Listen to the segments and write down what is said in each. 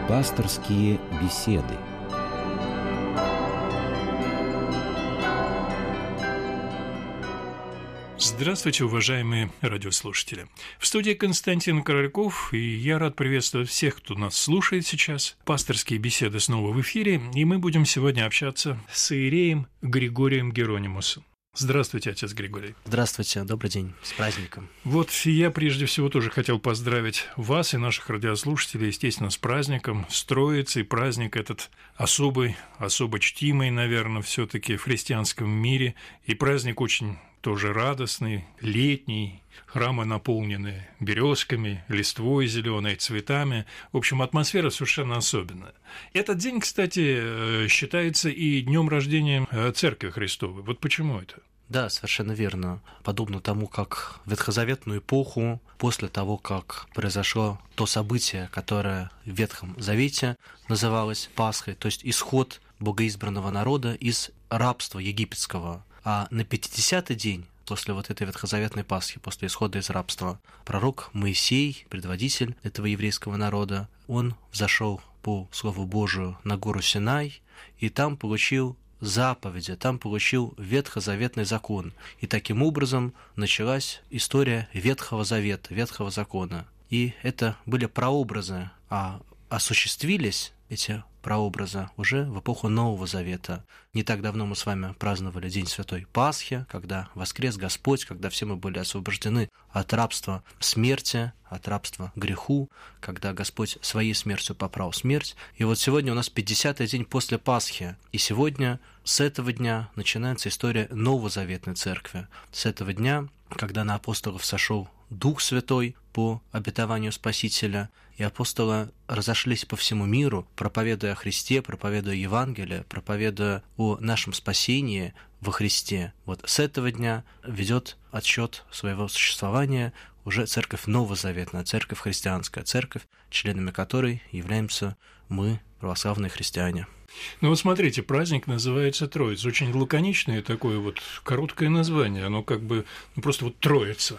Пасторские беседы. Здравствуйте, уважаемые радиослушатели. В студии Константин Корольков, и я рад приветствовать всех, кто нас слушает сейчас. Пасторские беседы снова в эфире, и мы будем сегодня общаться с иереем Григорием Геронимусом. Здравствуйте, отец Григорий. Здравствуйте, добрый день, с праздником. Вот я прежде всего тоже хотел поздравить вас и наших радиослушателей, естественно, с праздником, с Троицей. Праздник этот особо чтимый, наверное, все-таки в христианском мире, и праздник очень тоже радостный, летний, храмы наполнены березками, листвой зеленой, цветами. В общем, атмосфера совершенно особенная. Этот день, кстати, считается и днем рождения Церкви Христовой. Вот почему это? Да, совершенно верно. Подобно тому, как в ветхозаветную эпоху, после того, как произошло то событие, которое в Ветхом Завете называлось Пасхой, то есть исход богоизбранного народа из рабства египетского, а на 50-й день после вот этой ветхозаветной Пасхи, после исхода из рабства, пророк Моисей, предводитель этого еврейского народа, он взошел по Слову Божию на гору Синай, и там получил заповеди, там получил ветхозаветный закон. И таким образом началась история Ветхого Завета, Ветхого Закона. И это были прообразы, а осуществились эти прообраза уже в эпоху Нового Завета. Не так давно мы с вами праздновали День Святой Пасхи, когда воскрес Господь, когда все мы были освобождены от рабства смерти, от рабства греху, когда Господь своей смертью поправил смерть. И вот сегодня у нас 50-й день после Пасхи, и сегодня с этого дня начинается история Новозаветной Церкви. С этого дня, когда на апостолов сошел Дух Святой по обетованию Спасителя, и апостолы разошлись по всему миру, проповедуя о Христе, проповедуя Евангелие, проповедуя о нашем спасении во Христе. Вот с этого дня ведет отсчет своего существования уже церковь новозаветная, церковь христианская, церковь, членами которой являемся мы, православные христиане. Ну вот смотрите, праздник называется Троица. Очень лаконичное такое вот короткое название, оно как бы просто вот Троица.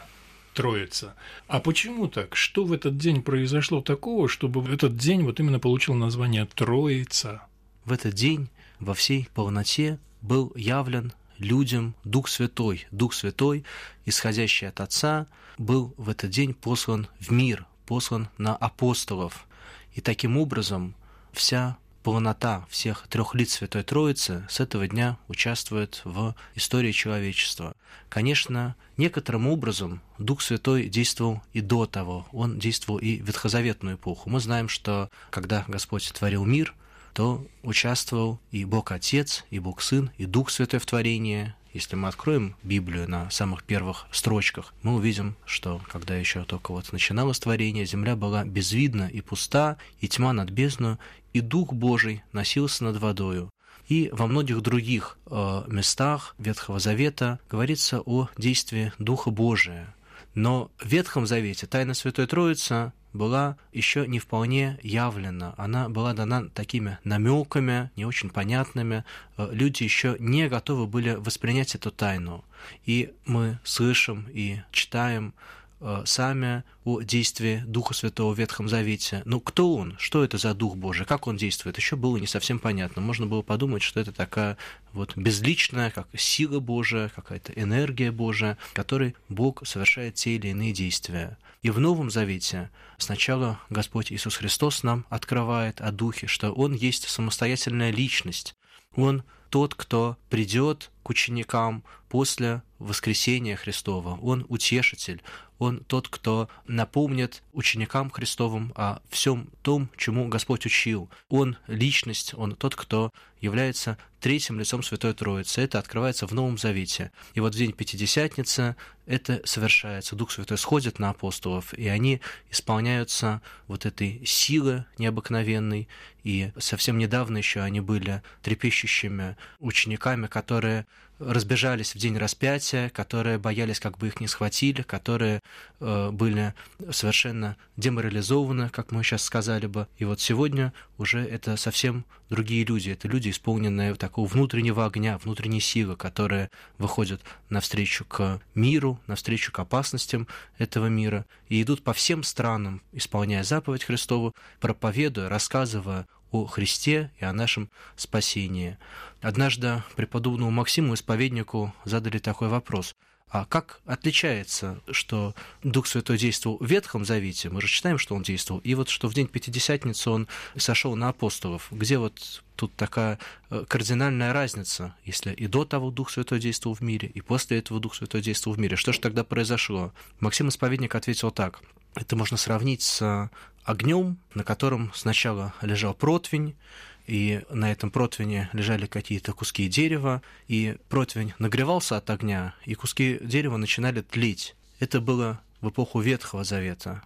А почему так? Что в этот день произошло такого, чтобы в этот день вот именно получил название Троица? В этот день во всей полноте был явлен людям Дух Святой. Дух Святой, исходящий от Отца, был в этот день послан в мир, послан на апостолов. И таким образом вся полнота всех трех лиц Святой Троицы с этого дня участвует в истории человечества. Конечно, некоторым образом Дух Святой действовал и до того, он действовал и в ветхозаветную эпоху. Мы знаем, что когда Господь творил мир, то участвовал и Бог Отец, и Бог Сын, и Дух Святой в творении. Если мы откроем Библию на самых первых строчках, мы увидим, что когда еще только вот начиналось творение, земля была безвидна и пуста, и тьма над бездною, и Дух Божий носился над водою. И во многих других местах Ветхого Завета говорится о действии Духа Божия. Но в Ветхом Завете тайна Святой Троицы была еще не вполне явлена. Она была дана такими намеками, не очень понятными. Люди еще не готовы были воспринять эту тайну. И мы слышим и читаем сами о действии Духа Святого в Ветхом Завете. Ну, кто он? Что это за Дух Божий? Как он действует? Еще было не совсем понятно. Можно было подумать, что это такая вот безличная, как сила Божия, какая-то энергия Божия, которой Бог совершает те или иные действия. И в Новом Завете сначала Господь Иисус Христос нам открывает о Духе, что Он есть самостоятельная личность. Он тот, кто придет к ученикам после воскресения Христова. Он утешитель, он тот, кто напомнит ученикам Христовым о всем том, чему Господь учил. Он личность, он тот, кто является третьим лицом Святой Троицы. Это открывается в Новом Завете. И вот в день Пятидесятницы это совершается. Дух Святой сходит на апостолов, и они исполняются вот этой силы необыкновенной. И совсем недавно еще они были трепещущими учениками, которые разбежались в день распятия, которые боялись, как бы их не схватили, которые были совершенно деморализованы, как мы сейчас сказали бы. И вот сегодня уже это совсем другие люди. Это люди, исполненные такого внутреннего огня, внутренней силы, которые выходят навстречу к миру, навстречу к опасностям этого мира и идут по всем странам, исполняя заповедь Христову, проповедуя, рассказывая о Христе и о нашем спасении. Однажды преподобному Максиму, исповеднику, задали такой вопрос: а как отличается, что Дух Святой действовал в Ветхом Завете, мы же читаем, что он действовал, и вот что в день Пятидесятницы он сошел на апостолов? Где вот тут такая кардинальная разница, если и до того Дух Святой действовал в мире, и после этого Дух Святой действовал в мире? Что же тогда произошло? Максим Исповедник ответил так: это можно сравнить с огнем, на котором сначала лежал противень, и на этом противне лежали какие-то куски дерева, и противень нагревался от огня, и куски дерева начинали тлеть. Это было в эпоху Ветхого Завета.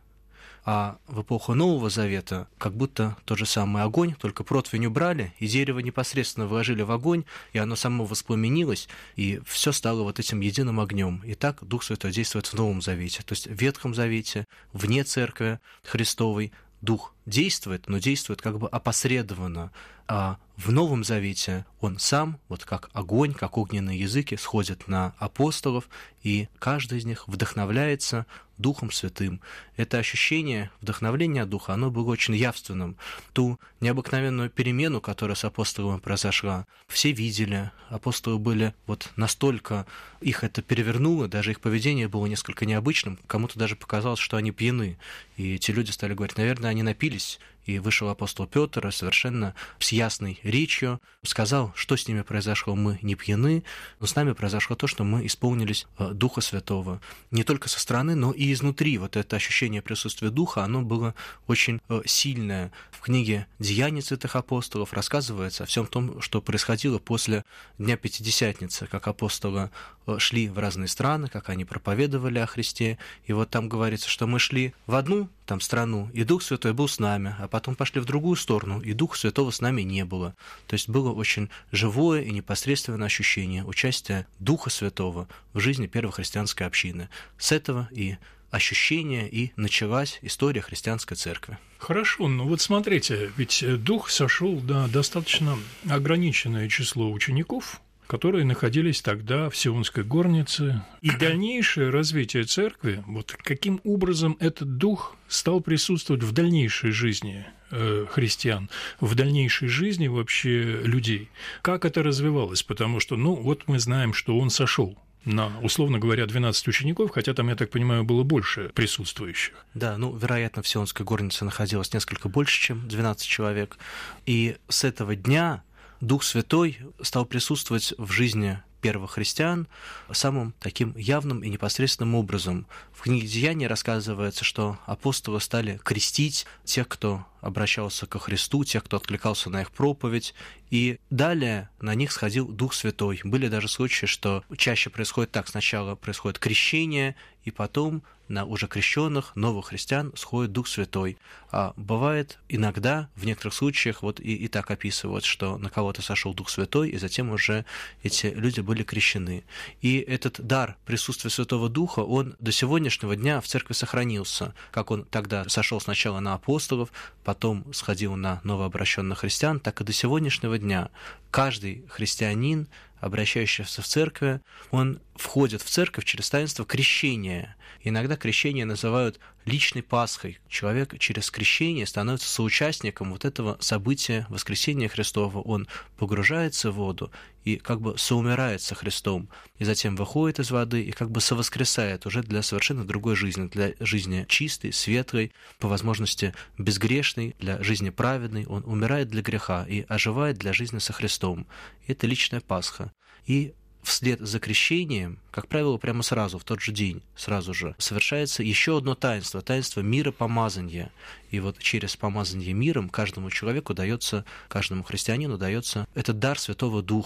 А в эпоху Нового Завета как будто тот же самый огонь, только противень убрали, и дерево непосредственно вложили в огонь, и оно само воспламенилось, и все стало вот этим единым огнем. И так Дух Святой действует в Новом Завете. То есть в Ветхом Завете, вне Церкви Христовой, Дух действует, но действует как бы опосредованно. А в Новом Завете он сам, вот как огонь, как огненные языки, сходит на апостолов, и каждый из них вдохновляется Духом Святым. Это ощущение вдохновления Духа, оно было очень явственным. Ту необыкновенную перемену, которая с апостолами произошла, все видели. Апостолы были вот настолько, их это перевернуло, даже их поведение было несколько необычным. Кому-то даже показалось, что они пьяны. И эти люди стали говорить: наверное, они напились. И вышел апостол Петр и совершенно с ясной речью сказал, что с ними произошло. Мы не пьяны, но с нами произошло то, что мы исполнились Духа Святого. Не только со стороны, но и изнутри. Вот это ощущение присутствия Духа, оно было очень сильное. В книге «Деяния святых апостолов» рассказывается о всем том, что происходило после Дня Пятидесятницы, как апостолы шли в разные страны, как они проповедовали о Христе. И вот там говорится, что мы шли в одну там страну, и Дух Святой был с нами, а потом пошли в другую сторону, и Духа Святого с нами не было. То есть было очень живое и непосредственное ощущение участия Духа Святого в жизни первой христианской общины. С этого и ощущение, и началась история христианской церкви. Хорошо, ну вот смотрите, ведь Дух сошел на достаточно ограниченное число учеников, которые находились тогда в Сионской горнице. И дальнейшее развитие церкви, вот каким образом этот дух стал присутствовать в дальнейшей жизни христиан, в дальнейшей жизни вообще людей. Как это развивалось? Потому что, ну, вот мы знаем, что он сошел на, условно говоря, 12 учеников, хотя там, я так понимаю, было больше присутствующих. Да, ну, вероятно, в Сионской горнице находилось несколько больше, чем 12 человек. И с этого дня Дух Святой стал присутствовать в жизни первых христиан самым таким явным и непосредственным образом. В книге «Деяния» рассказывается, что апостолы стали крестить тех, кто обращался ко Христу, тех, кто откликался на их проповедь, и далее на них сходил Дух Святой. Были даже случаи, что чаще происходит так: сначала происходит крещение, и потом на уже крещенных новых христиан сходит Дух Святой. А бывает иногда, в некоторых случаях, вот и так описывают, что на кого-то сошел Дух Святой, и затем уже эти люди были крещены. И этот дар присутствия Святого Духа, он до сегодняшнего дня в церкви сохранился. Как он тогда сошел сначала на апостолов, потом сходил на новообращенных христиан, так и до сегодняшнего дня каждый христианин, обращающийся в церковь, он входит в церковь через таинство крещения. Иногда крещение называют личной Пасхой. Человек через крещение становится соучастником вот этого события воскресения Христова. Он погружается в воду и как бы соумирает со Христом, и затем выходит из воды и как бы совоскресает уже для совершенно другой жизни, для жизни чистой, светлой, по возможности безгрешной, для жизни праведной. Он умирает для греха и оживает для жизни со Христом. Это личная Пасха. И вслед за крещением, как правило, прямо сразу, в тот же день, сразу же, совершается еще одно таинство, таинство миропомазания. И вот через помазание миром каждому человеку дается, каждому христианину дается этот дар Святого Духа.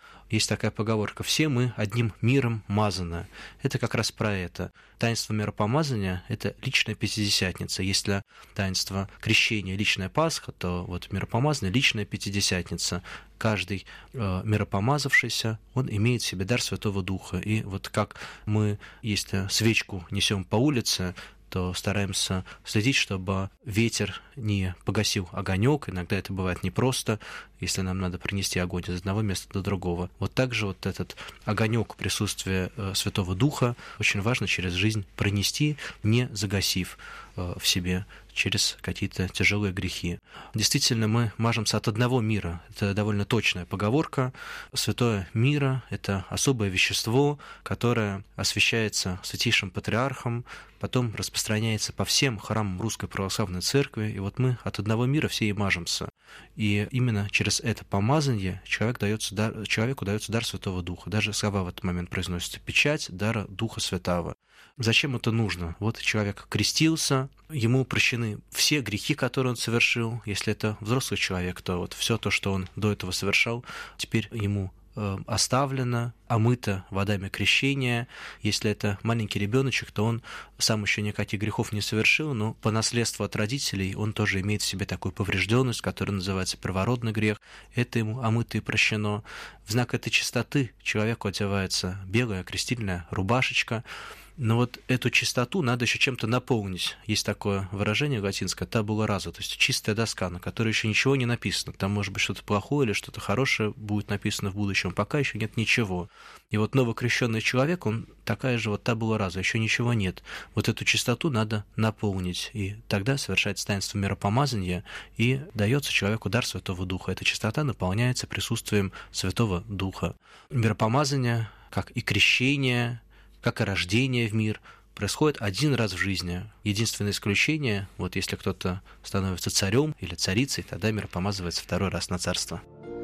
Есть такая поговорка: «Все мы одним миром мазаны». Это как раз про это. Таинство миропомазания – это личная Пятидесятница. Если таинство крещения – личная Пасха, то вот миропомазание – личная Пятидесятница. Каждый миропомазавшийся, он имеет в себе дар Святого Духа. И вот как мы, если свечку несем по улице, то стараемся следить, чтобы ветер не погасил огонек. Иногда это бывает непросто, если нам надо принести огонь из одного места до другого. Вот также вот этот огонек присутствия Святого Духа очень важно через жизнь пронести, не загасив в себе через какие-то тяжелые грехи. Действительно, мы мажемся от одного мира. Это довольно точная поговорка. Святое мира – это особое вещество, которое освящается святейшим патриархом, потом распространяется по всем храмам Русской Православной Церкви. И вот мы от одного мира все и мажемся. И именно через это помазание человеку дается дар Святого Духа. Даже слова в этот момент произносятся: «Печать дара Духа Святаго». Зачем это нужно? Вот человек крестился, ему прощены все грехи, которые он совершил. Если это взрослый человек, то вот все то, что он до этого совершал, теперь ему оставлено, омыто водами крещения. Если это маленький ребеночек, то он сам еще никаких грехов не совершил, но по наследству от родителей он тоже имеет в себе такую поврежденность, которая называется первородный грех. Это ему омыто и прощено. В знак этой чистоты человеку одевается белая крестильная рубашечка. Но вот эту чистоту надо еще чем-то наполнить. Есть такое выражение латинское «табула раса», то есть чистая доска, на которой еще ничего не написано. Там может быть что-то плохое или что-то хорошее будет написано в будущем, пока еще нет ничего. И вот новокрещенный человек, он такая же вот табула раса, еще ничего нет. Вот эту чистоту надо наполнить, и тогда совершается таинство миропомазания, и дается человеку дар Святого Духа. Эта чистота наполняется присутствием Святого Духа. Миропомазание, как и крещение, как и рождение в мир, происходит один раз в жизни. Единственное исключение, вот если кто-то становится царем или царицей, тогда мир помазывается второй раз на царство.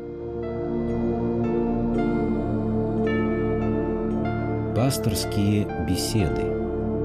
Пасторские беседы.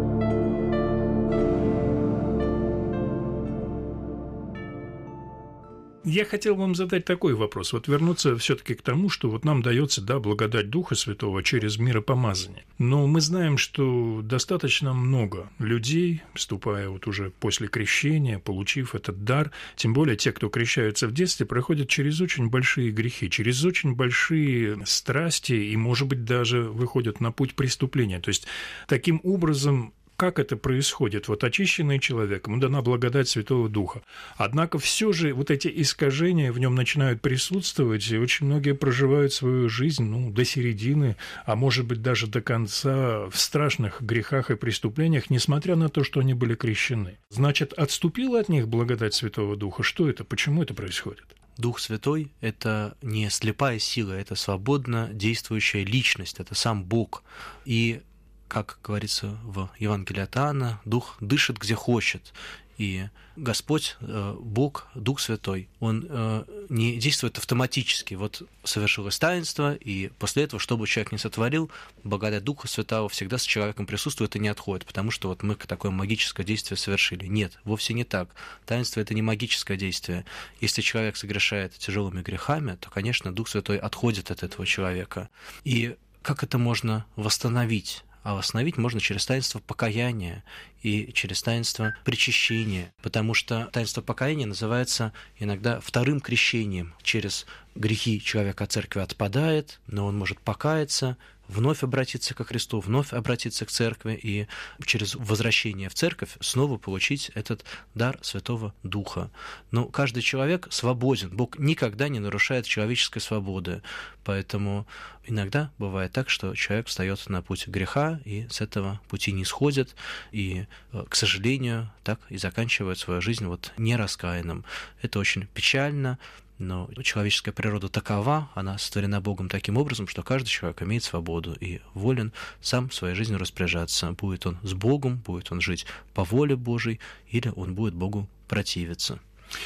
Я хотел вам задать такой вопрос. Вот вернуться все-таки к тому, что вот нам дается, да, благодать Духа Святого через миропомазание. Но мы знаем, что достаточно много людей, вступая вот уже после крещения, получив этот дар, тем более те, кто крещаются в детстве, проходят через очень большие грехи, через очень большие страсти и, может быть, даже выходят на путь преступления. То есть, таким образом, как это происходит? Вот очищенный человек, ему дана благодать Святого Духа. Однако все же вот эти искажения в нем начинают присутствовать, и очень многие проживают свою жизнь, до середины, а может быть даже до конца в страшных грехах и преступлениях, несмотря на то, что они были крещены. Значит, отступила от них благодать Святого Духа? Что это? Почему это происходит? Дух Святой – это не слепая сила, это свободно действующая личность, это сам Бог. И как говорится в Евангелии от Иоанна, Дух дышит где хочет. И Господь, Бог, Дух Святой, Он не действует автоматически. Вот совершилось таинство, и после этого, что бы человек ни сотворил, благодать Духа Святого всегда с человеком присутствует и не отходит, потому что вот мы такое магическое действие совершили. Нет, вовсе не так. Таинство – это не магическое действие. Если человек согрешает тяжелыми грехами, то, конечно, Дух Святой отходит от этого человека. И как это можно восстановить? А восстановить можно через таинство покаяния и через таинство причащения, потому что таинство покаяния называется иногда вторым крещением. Через грехи человек от церкви отпадает, но он может покаяться, вновь обратиться ко Христу, вновь обратиться к церкви и через возвращение в церковь снова получить этот дар Святого Духа. Но каждый человек свободен, Бог никогда не нарушает человеческой свободы, поэтому иногда бывает так, что человек встает на путь греха и с этого пути не сходит, и, к сожалению, так и заканчивает свою жизнь нераскаянным. Это очень печально. Но человеческая природа такова, она сотворена Богом таким образом, что каждый человек имеет свободу и волен сам своей жизнью распоряжаться. Будет он с Богом, будет он жить по воле Божией, или он будет Богу противиться.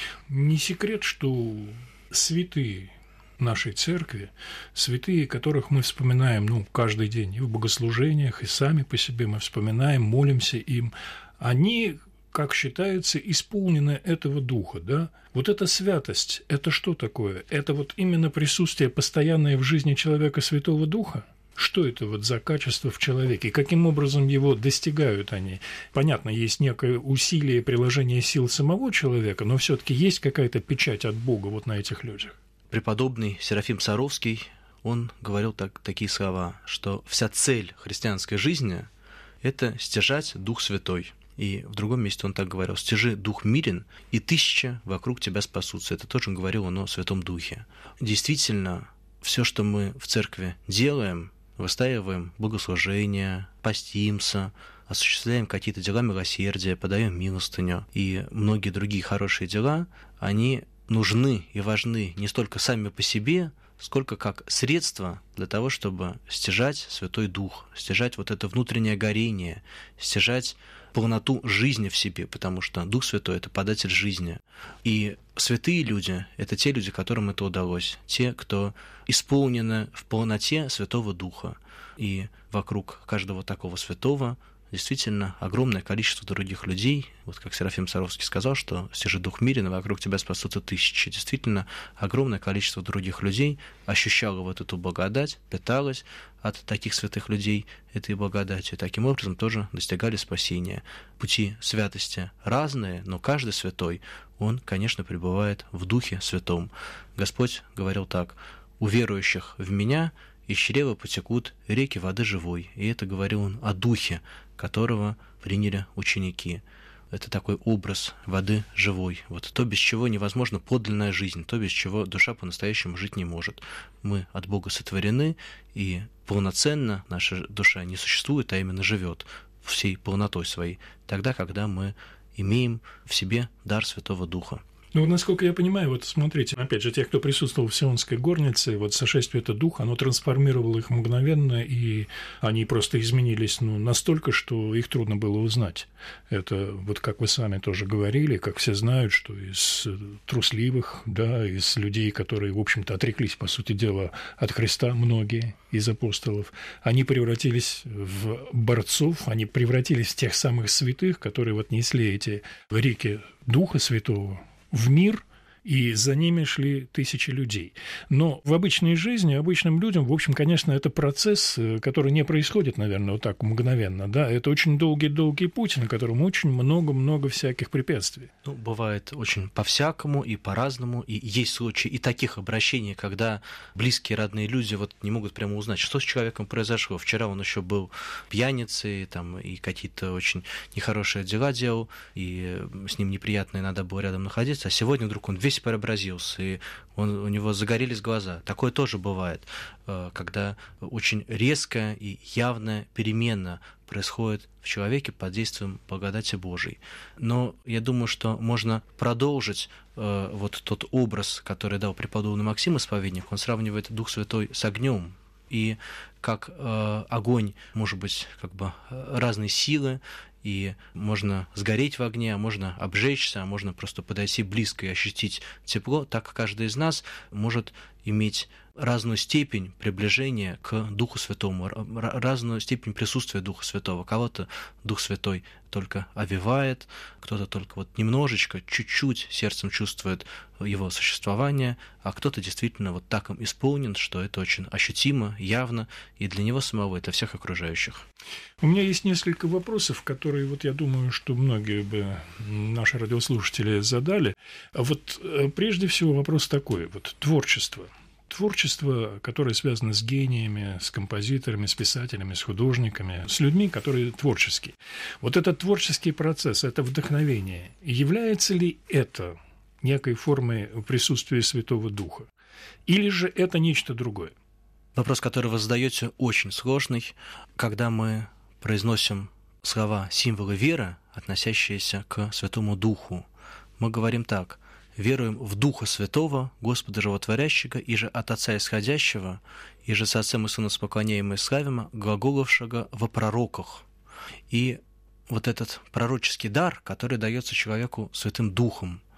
Не секрет, что святые нашей церкви, святые, которых мы вспоминаем каждый день и в богослужениях, и сами по себе мы вспоминаем, молимся им, они как считается, исполнены этого духа, да? Вот эта святость, это что такое? Это вот именно присутствие постоянное в жизни человека Святого Духа? Что это вот за качество в человеке? И каким образом его достигают они? Понятно, есть некое усилие приложения сил самого человека, но все-таки есть какая-то печать от Бога вот на этих людях. Преподобный Серафим Саровский, он говорил такие слова, что вся цель христианской жизни – это стяжать Дух Святой. И в другом месте он так говорил: «Стяжи Дух мирен, и 1000 вокруг тебя спасутся». Это тоже говорил он о Святом Духе. Действительно, все, что мы в церкви делаем, выстаиваем богослужения, постимся, осуществляем какие-то дела милосердия, подаем милостыню и многие другие хорошие дела, они нужны и важны не столько сами по себе, сколько как средство для того, чтобы стяжать Святой Дух, стяжать вот это внутреннее горение, стяжать полноту жизни в себе, потому что Дух Святой – это податель жизни. И святые люди – это те люди, которым это удалось, те, кто исполнены в полноте Святого Духа. И вокруг каждого такого святого действительно огромное количество других людей. Вот как Серафим Саровский сказал, что «стяжи Дух мирен, и вокруг тебя спасутся 1000». Действительно, огромное количество других людей ощущало вот эту благодать, питалось от таких святых людей этой благодатью, и таким образом тоже достигали спасения. Пути святости разные, но каждый святой, он, конечно, пребывает в Духе Святом. Господь говорил так: «У верующих в Меня из чрева потекут реки воды живой». И это говорил он о Духе, которого приняли ученики. Это такой образ воды живой. Вот то, без чего невозможна подлинная жизнь, то, без чего душа по-настоящему жить не может. Мы от Бога сотворены, и полноценно наша душа не существует, а именно живет всей полнотой своей, тогда, когда мы имеем в себе дар Святого Духа. Ну, насколько я понимаю, вот смотрите, опять же, те, кто присутствовал в Сионской горнице, вот сошествие этого духа, оно трансформировало их мгновенно, и они просто изменились, настолько, что их трудно было узнать. Это вот как вы сами тоже говорили, как все знают, что из трусливых, да, из людей, которые, в общем-то, отреклись, по сути дела, от Христа, многие из апостолов, они превратились в борцов, они превратились в тех самых святых, которые вот несли эти реки Духа Святого в мир, и за ними шли 1000 людей. Но в обычной жизни, обычным людям, в общем, конечно, это процесс, который не происходит, наверное, вот так мгновенно, да, это очень долгий путь, на котором очень много всяких препятствий. Ну, бывает очень по-всякому и по-разному, и есть случаи и таких обращений, когда близкие, родные люди вот не могут прямо узнать, что с человеком произошло. Вчера он еще был пьяницей, там, и какие-то очень нехорошие дела делал, и с ним неприятно иногда было рядом находиться, а сегодня вдруг он весь преобразился, и у него загорелись глаза. Такое тоже бывает, когда очень резкая и явная перемена происходит в человеке под действием благодати Божией. Но я думаю, что можно продолжить вот тот образ, который дал преподобный Максим Исповедник. Он сравнивает Дух Святой с огнем. И как огонь может быть как бы разной силы, и можно сгореть в огне, а можно обжечься, а можно просто подойти близко и ощутить тепло, так каждый из нас может иметь разную степень приближения к Духу Святому, разную степень присутствия Духа Святого. Кого-то Дух Святой только овевает, кто-то только вот немножечко, чуть-чуть сердцем чувствует его существование, а кто-то действительно вот так им исполнен, что это очень ощутимо, явно, и для него самого, и для всех окружающих. У меня есть несколько вопросов, которые, вот я думаю, что многие бы наши радиослушатели задали. Вот прежде всего вопрос такой, вот творчество. Творчество, которое связано с гениями, с композиторами, с писателями, с художниками, с людьми, которые творческие. Вот этот творческий процесс, это вдохновение, является ли это некой формой присутствия Святого Духа? Или же это нечто другое? Вопрос, который вы задаете, очень сложный. Когда мы произносим слова, символы веры, относящиеся к Святому Духу, мы говорим так: «Веруем в Духа Святого, Господа Животворящего, и же от Отца Исходящего, и же с Отцем и Сыном споклоняем и славим, глаголовшего во пророках». И вот этот пророческий дар, который дается человеку Святым Духом,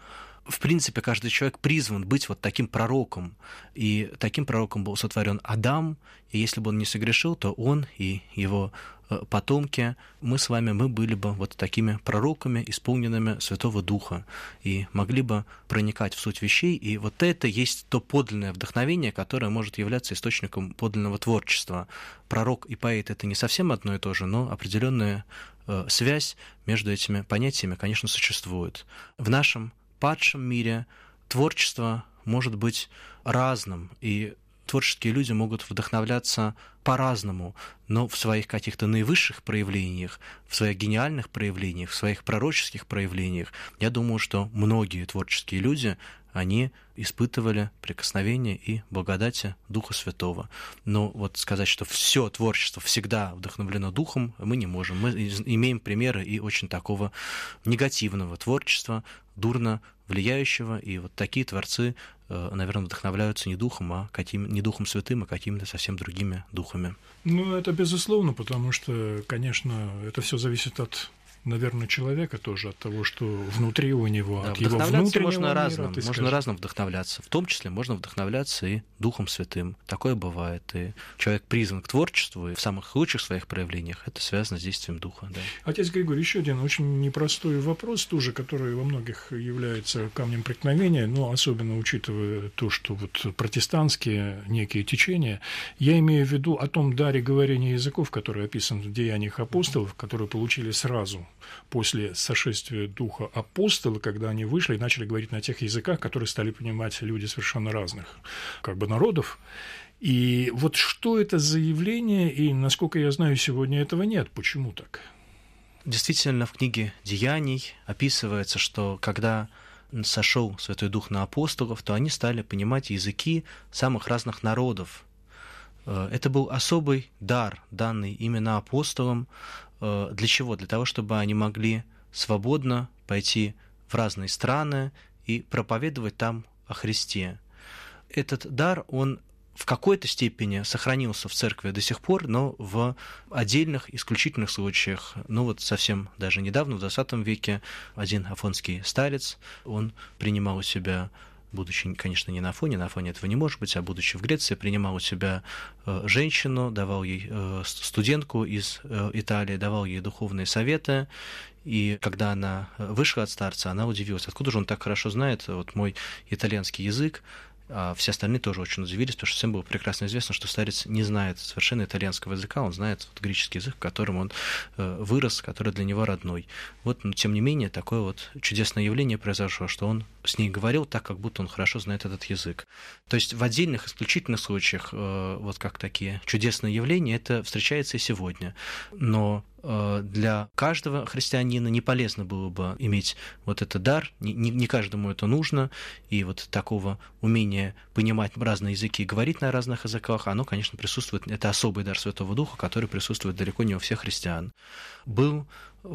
В принципе, каждый человек призван быть вот таким пророком. И таким пророком был сотворен Адам, и если бы он не согрешил, то он и его потомки, мы с вами, мы были бы вот такими пророками, исполненными Святого Духа, и могли бы проникать в суть вещей, и вот это есть то подлинное вдохновение, которое может являться источником подлинного творчества. Пророк и поэт — это не совсем одно и то же, но определенная связь между этими понятиями, конечно, существует. В нашем падшем мире творчество может быть разным, и творческие люди могут вдохновляться по-разному, но в своих каких-то наивысших проявлениях, в своих гениальных проявлениях, в своих пророческих проявлениях, я думаю, что многие творческие люди, они испытывали прикосновение и благодати Духа Святого. Но вот сказать, что все творчество всегда вдохновлено Духом, мы не можем. Мы имеем примеры и очень такого негативного творчества, дурно влияющего, и вот такие творцы, наверное, вдохновляются не Духом, не Духом Святым, а какими-то совсем другими духами. Ну, это безусловно, потому что, конечно, это все зависит от, наверное, человека тоже, от того, что внутри у него, да, от его внутреннего мира. Можно разным вдохновляться. В том числе можно вдохновляться и Духом Святым. Такое бывает. И человек призван к творчеству, и в самых лучших своих проявлениях это связано с действием Духа. Да. Отец Григорий, еще один очень непростой вопрос тоже, который во многих является камнем преткновения, но особенно учитывая то, что вот протестантские некие течения, я имею в виду о том даре говорения языков, который описан в Деяниях апостолов, которые получили сразу после сошествия Духа апостолы, когда они вышли и начали говорить на тех языках, которые стали понимать люди совершенно разных народов. И вот что это за явление, и, насколько я знаю, сегодня этого нет. Почему так? Действительно, в книге «Деяний» описывается, что когда сошел Святой Дух на апостолов, то они стали понимать языки самых разных народов. Это был особый дар, данный именно апостолам. Для чего? Для того, чтобы они могли свободно пойти в разные страны и проповедовать там о Христе. Этот дар, он в какой-то степени сохранился в церкви до сих пор, но в отдельных, исключительных случаях. Ну вот совсем даже недавно, в 20 веке, один афонский старец, он принимал у себя, будучи, конечно, не на Афоне этого не может быть, а будучи в Греции, принимал у себя женщину, давал ей студентку из Италии, давал ей духовные советы, и когда она вышла от старца, она удивилась, откуда же он так хорошо знает вот мой итальянский язык. А все остальные тоже очень удивились, потому что всем было прекрасно известно, что старец не знает совершенно итальянского языка, он знает вот греческий язык, в котором он вырос, который для него родной. Вот, но тем не менее, такое вот чудесное явление произошло, что он с ней говорил так, как будто он хорошо знает этот язык. То есть в отдельных, исключительных случаях, вот как такие чудесные явления, это встречается и сегодня. Но для каждого христианина не полезно было бы иметь вот этот дар, не каждому это нужно, и вот такого умения понимать разные языки и говорить на разных языках, оно, конечно, присутствует, это особый дар Святого Духа, который присутствует далеко не у всех христиан. Был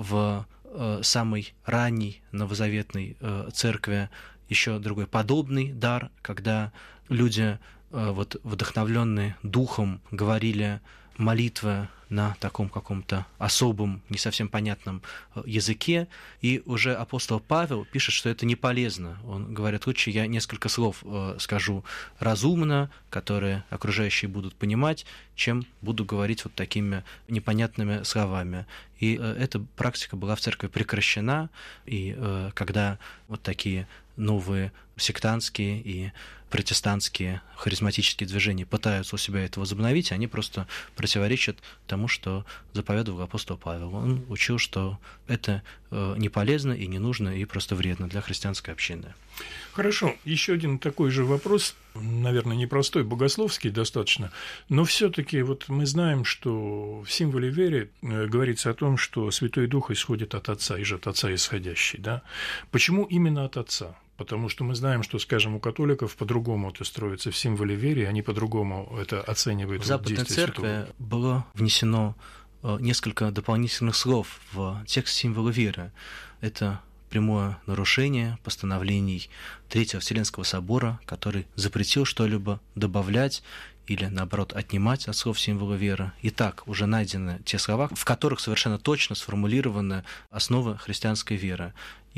в самой ранней новозаветной церкви еще другой подобный дар, когда люди, вот, вдохновленные Духом, говорили молитвы на таком каком-то особом, не совсем понятном языке, и уже апостол Павел пишет, что это не полезно. Он говорит, лучше я несколько слов скажу разумно, которые окружающие будут понимать, чем буду говорить вот такими непонятными словами. И эта практика была в церкви прекращена, и когда вот такие новые сектантские и протестантские харизматические движения пытаются у себя это возобновить, они просто противоречат тому, что заповедовал апостол Павел. Он учил, что это не полезно и не нужно, и просто вредно для христианской общины. Хорошо. Еще один такой же вопрос, наверное, непростой, богословский достаточно, но все-таки вот мы знаем, что в символе веры говорится о том, что Святой Дух исходит от Отца, и же от Отца исходящий. Да? Почему именно от Отца? Потому что мы знаем, что, скажем, у католиков по-другому это строится в символе веры, они по-другому это оценивают. В Западной Церкви было внесено несколько дополнительных слов в текст символа веры. Это прямое нарушение постановлений Третьего Вселенского собора, который запретил что-либо добавлять или, наоборот, отнимать от слов символа веры. Итак, уже найдены те слова, в которых совершенно точно сформулированы основы христианской веры.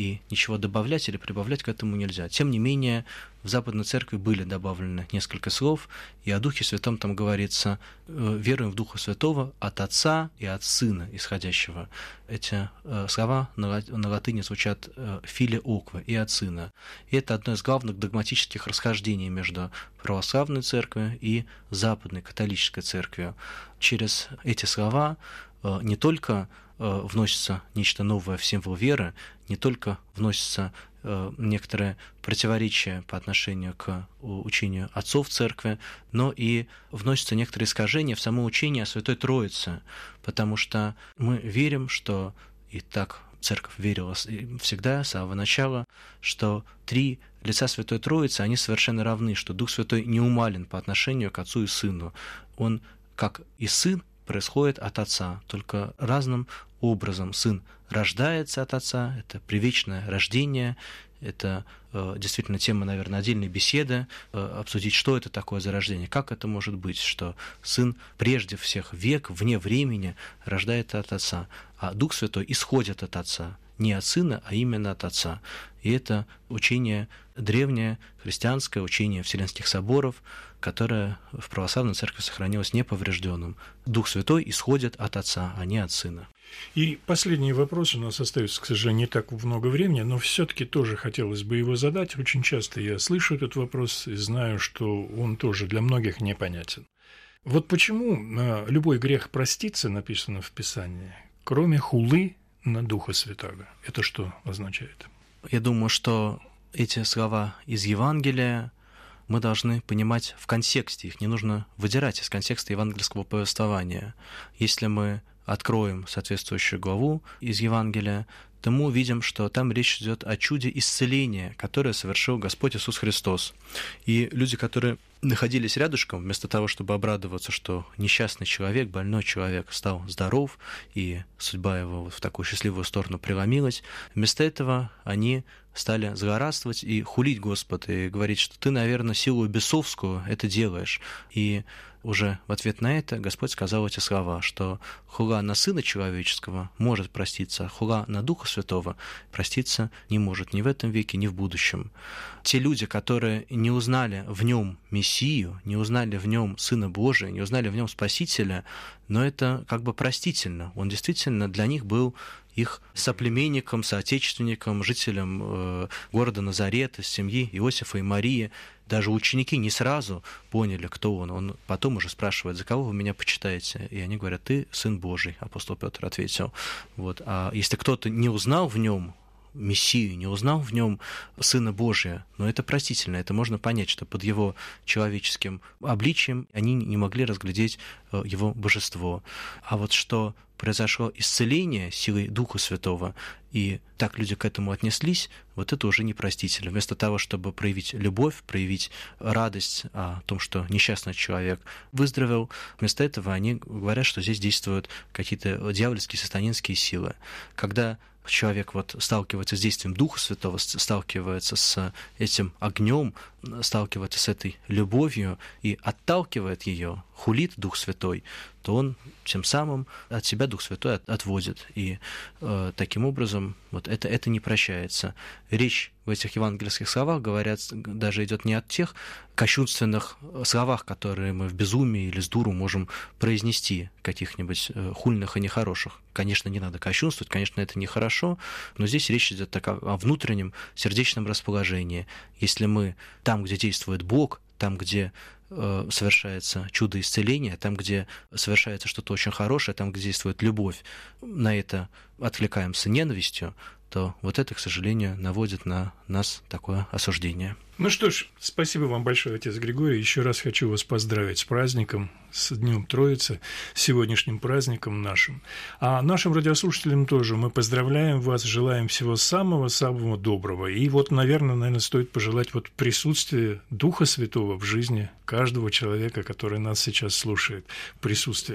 и ничего добавлять или прибавлять к этому нельзя. Тем не менее, в Западной Церкви были добавлены несколько слов, и о Духе Святом там говорится: «Веруем в Духа Святого от Отца и от Сына исходящего». Эти слова на латыни звучат «филиокве» и «от Сына». И это одно из главных догматических расхождений между православной церковью и Западной католической церковью. Через эти слова не только вносится нечто новое в символ веры, не только вносится некоторое противоречие по отношению к учению отцов церкви, но и вносятся некоторые искажения в само учение о Святой Троице, потому что мы верим, что, и так церковь верила всегда, с самого начала, что три лица Святой Троицы, они совершенно равны, что Дух Святой не умален по отношению к Отцу и Сыну. Он, как и Сын, происходит от Отца, только разным образом. Сын рождается от Отца, это привечное рождение, это действительно тема, наверное, отдельной беседы, обсудить, что это такое за рождение, как это может быть, что Сын прежде всех век, вне времени, рождает от Отца, а Дух Святой исходит от Отца, не от Сына, а именно от Отца. И это учение древнее, христианское, учение Вселенских соборов, которое в православной церкви сохранилось неповрежденным. Дух Святой исходит от Отца, а не от Сына. И последний вопрос, у нас остается, к сожалению, не так много времени, но все-таки тоже хотелось бы его задать. Очень часто я слышу этот вопрос и знаю, что он тоже для многих непонятен. Вот почему любой грех простится, написано в Писании, кроме хулы на Духа Святаго? Это что означает? Я думаю, что эти слова из Евангелия мы должны понимать в контексте, их не нужно выдирать из контекста евангельского повествования. Если мы откроем соответствующую главу из Евангелия, то мы увидим, что там речь идет о чуде исцеления, которое совершил Господь Иисус Христос. И люди, которые находились рядышком, вместо того, чтобы обрадоваться, что несчастный человек, больной человек стал здоров, и судьба его в такую счастливую сторону преломилась, вместо этого они стали злорадствовать и хулить Господа, и говорить, что ты, наверное, силу бесовскую это делаешь. И уже в ответ на это Господь сказал эти слова, что хула на Сына Человеческого может проститься, а хула на Духа Святого проститься не может ни в этом веке, ни в будущем. Те люди, которые не узнали в нем Мессию, не узнали в нем Сына Божия, не узнали в нем Спасителя, но это как бы простительно. Он действительно для них был их соплеменником, соотечественником, жителем города Назарета, семьи Иосифа и Марии. Даже ученики не сразу поняли, кто он. Он потом уже спрашивает: за кого вы меня почитаете? И они говорят: ты Сын Божий, апостол Петр ответил. Вот. А если кто-то не узнал в нем Мессию, не узнал в нем Сына Божия, но это простительно, это можно понять, что под его человеческим обличием они не могли разглядеть его божество. А вот что произошло исцеление силой Духа Святого, и так люди к этому отнеслись, вот это уже непростительно. Вместо того, чтобы проявить любовь, проявить радость о том, что несчастный человек выздоровел, вместо этого они говорят, что здесь действуют какие-то дьявольские, сатанинские силы. Когда человек вот сталкивается с действием Духа Святого, сталкивается с этим огнем, сталкивается с этой любовью и отталкивает ее, хулит Дух Святой, то он тем самым от себя Дух Святой отводит. И таким образом вот это не прощается. Речь в этих евангельских словах, говорят, даже идет не о тех кощунственных словах, которые мы в безумии или с дуру можем произнести, каких-нибудь хульных и нехороших. Конечно, не надо кощунствовать, конечно, это нехорошо, но здесь речь идет о внутреннем сердечном расположении. Если мы там, где действует Бог, там, где совершается чудо исцеления, там, где совершается что-то очень хорошее, там, где действует любовь, на это откликаемся ненавистью, то вот это, к сожалению, наводит на нас такое осуждение. Ну что ж, спасибо вам большое, отец Григорий. Еще раз хочу вас поздравить с праздником, с Днем Троицы, с сегодняшним праздником нашим. А нашим радиослушателям тоже мы поздравляем вас, желаем всего самого-самого доброго. И вот, наверное, стоит пожелать вот присутствия Духа Святого в жизни каждого человека, который нас сейчас слушает. Присутствие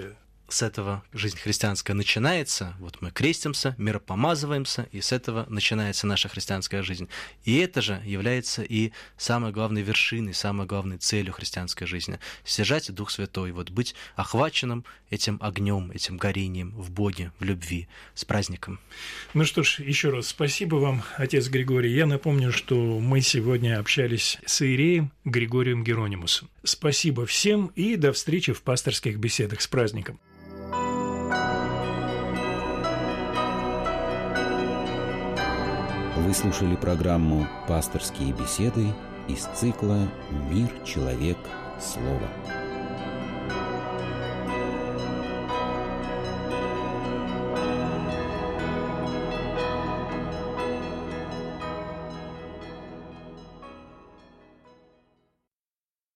с этого жизнь христианская начинается. Вот мы крестимся, миропомазываемся, и с этого начинается наша христианская жизнь. И это же является и самой главной вершиной, самой главной целью христианской жизни. Стяжать Дух Святой, вот быть охваченным этим огнем, этим горением в Боге, в любви. С праздником. Ну что ж, еще раз спасибо вам, отец Григорий. Я напомню, что мы сегодня общались с иереем Григорием Геронимусом. Спасибо всем и до встречи в пасторских беседах. С праздником! Вы слушали программу «Пасторские беседы» из цикла «Мир, человек, слово».